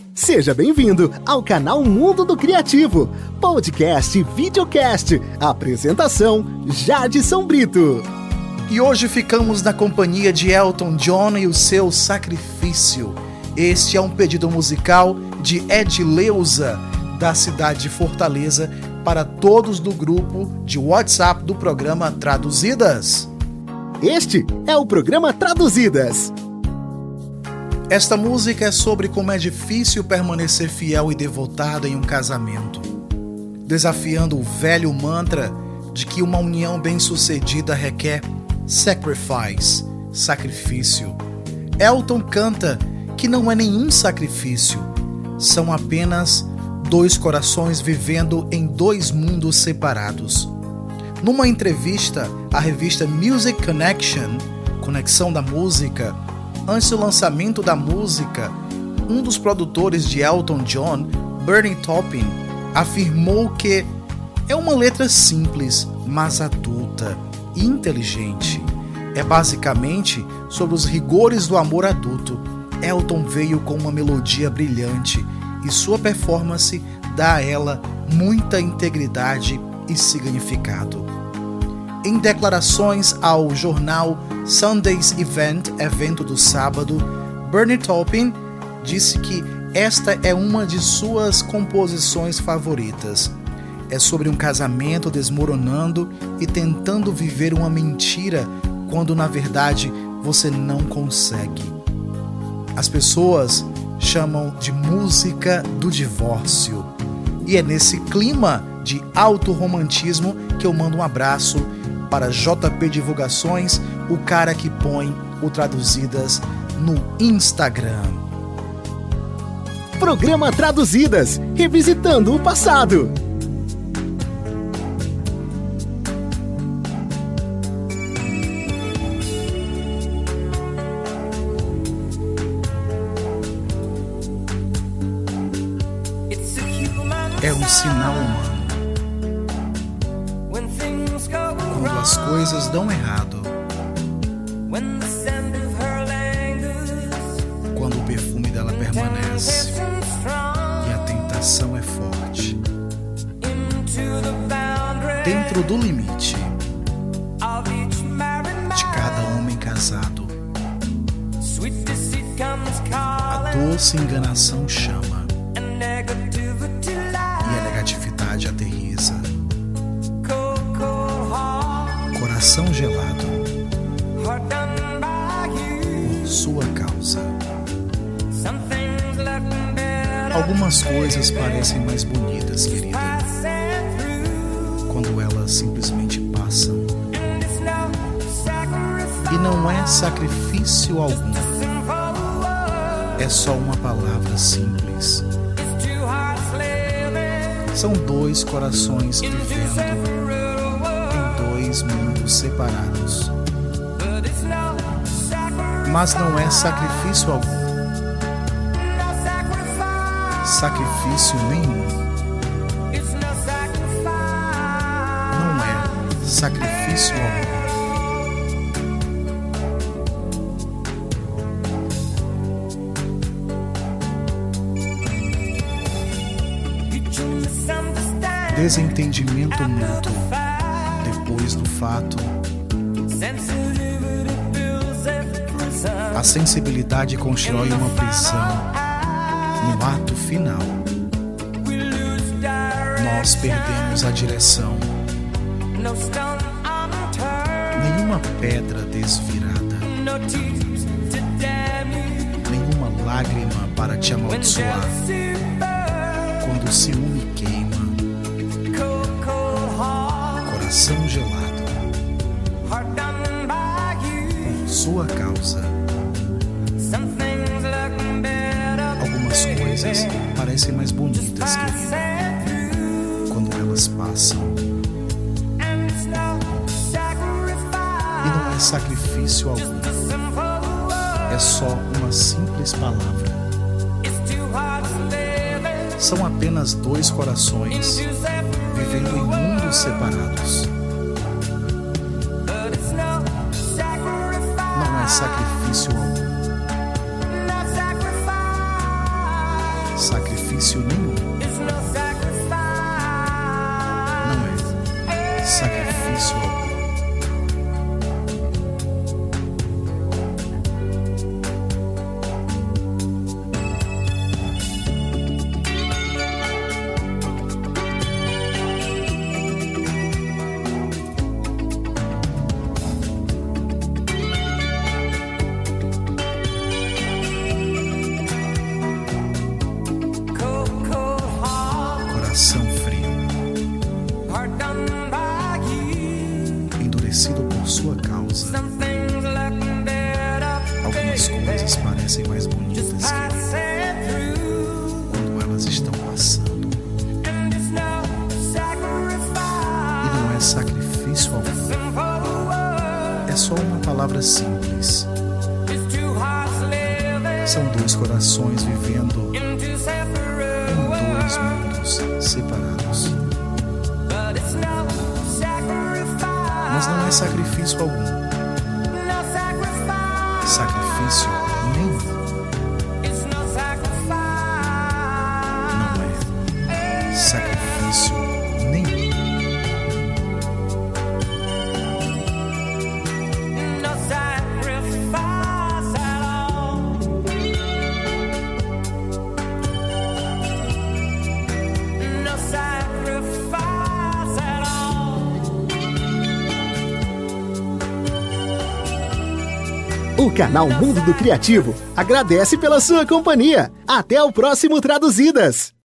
Seja bem-vindo ao canal Mundo do Criativo, podcast e videocast. Apresentação, Jadson Brito. E hoje ficamos na companhia de Elton John e o seu Sacrifício. Este é um pedido musical de Edileuza, da cidade de Fortaleza, para todos do grupo de WhatsApp do programa Traduzidas. Este é o programa Traduzidas. Esta música é sobre como é difícil permanecer fiel e devotado em um casamento, desafiando o velho mantra de que uma união bem-sucedida requer sacrifício. Elton canta que não é nenhum sacrifício, são apenas dois corações vivendo em dois mundos separados. Numa entrevista à revista Music Connection, Conexão da Música, antes do lançamento da música, um dos produtores de Elton John, Bernie Taupin, afirmou que é uma letra simples, mas adulta e inteligente. É basicamente sobre os rigores do amor adulto. Elton veio com uma melodia brilhante e sua performance dá a ela muita integridade e significado. Em declarações ao jornal Sunday's Evento do sábado, Bernie Taupin disse que esta é uma de suas composições favoritas. É sobre um casamento desmoronando e tentando viver uma mentira quando na verdade você não consegue. As pessoas chamam de música do divórcio. E é nesse clima de autorromantismo que eu mando um abraço para JP Divulgações, o cara que põe o Traduzidas no Instagram. Programa Traduzidas, revisitando o passado. É um sinal humano. Quando as coisas dão errado, quando o perfume dela permanece e a tentação é forte, dentro do limite de cada homem casado, a doce enganação chama e a negatividade aterriza. Coração gelado por sua causa. Algumas coisas parecem mais bonitas, querida, quando elas simplesmente passam. E não é sacrifício algum, é só uma palavra simples. São dois corações vivendo mundos separados. Mas não é sacrifício algum. Sacrifício nenhum. Não é sacrifício algum. Desentendimento mútuo. Depois do fato, a sensibilidade constrói uma prisão. No ato final, nós perdemos a direção. Nenhuma pedra desvirada, nenhuma lágrima para te amaldiçoar. Quando o ciúme queima, coração gelado por sua causa. Algumas coisas parecem mais bonitas, querida, quando elas passam. E não é sacrifício algum, é só uma simples palavra. São apenas dois corações vivendo em mundos separados. Não é sacrifício algum. sacrifício nenhum. Não é sacrifício algum. Coração frio, endurecido por sua causa. Algumas coisas parecem mais bonitas quando elas estão passando. E não é sacrifício algum. É só uma palavra simples. São dois corações vivendo em dois mundos separados. Mas não é sacrifício algum. Sacrifício nenhum. Não é sacrifício nenhum. O canal Mundo do Criativo agradece pela sua companhia. Até o próximo Traduzidas!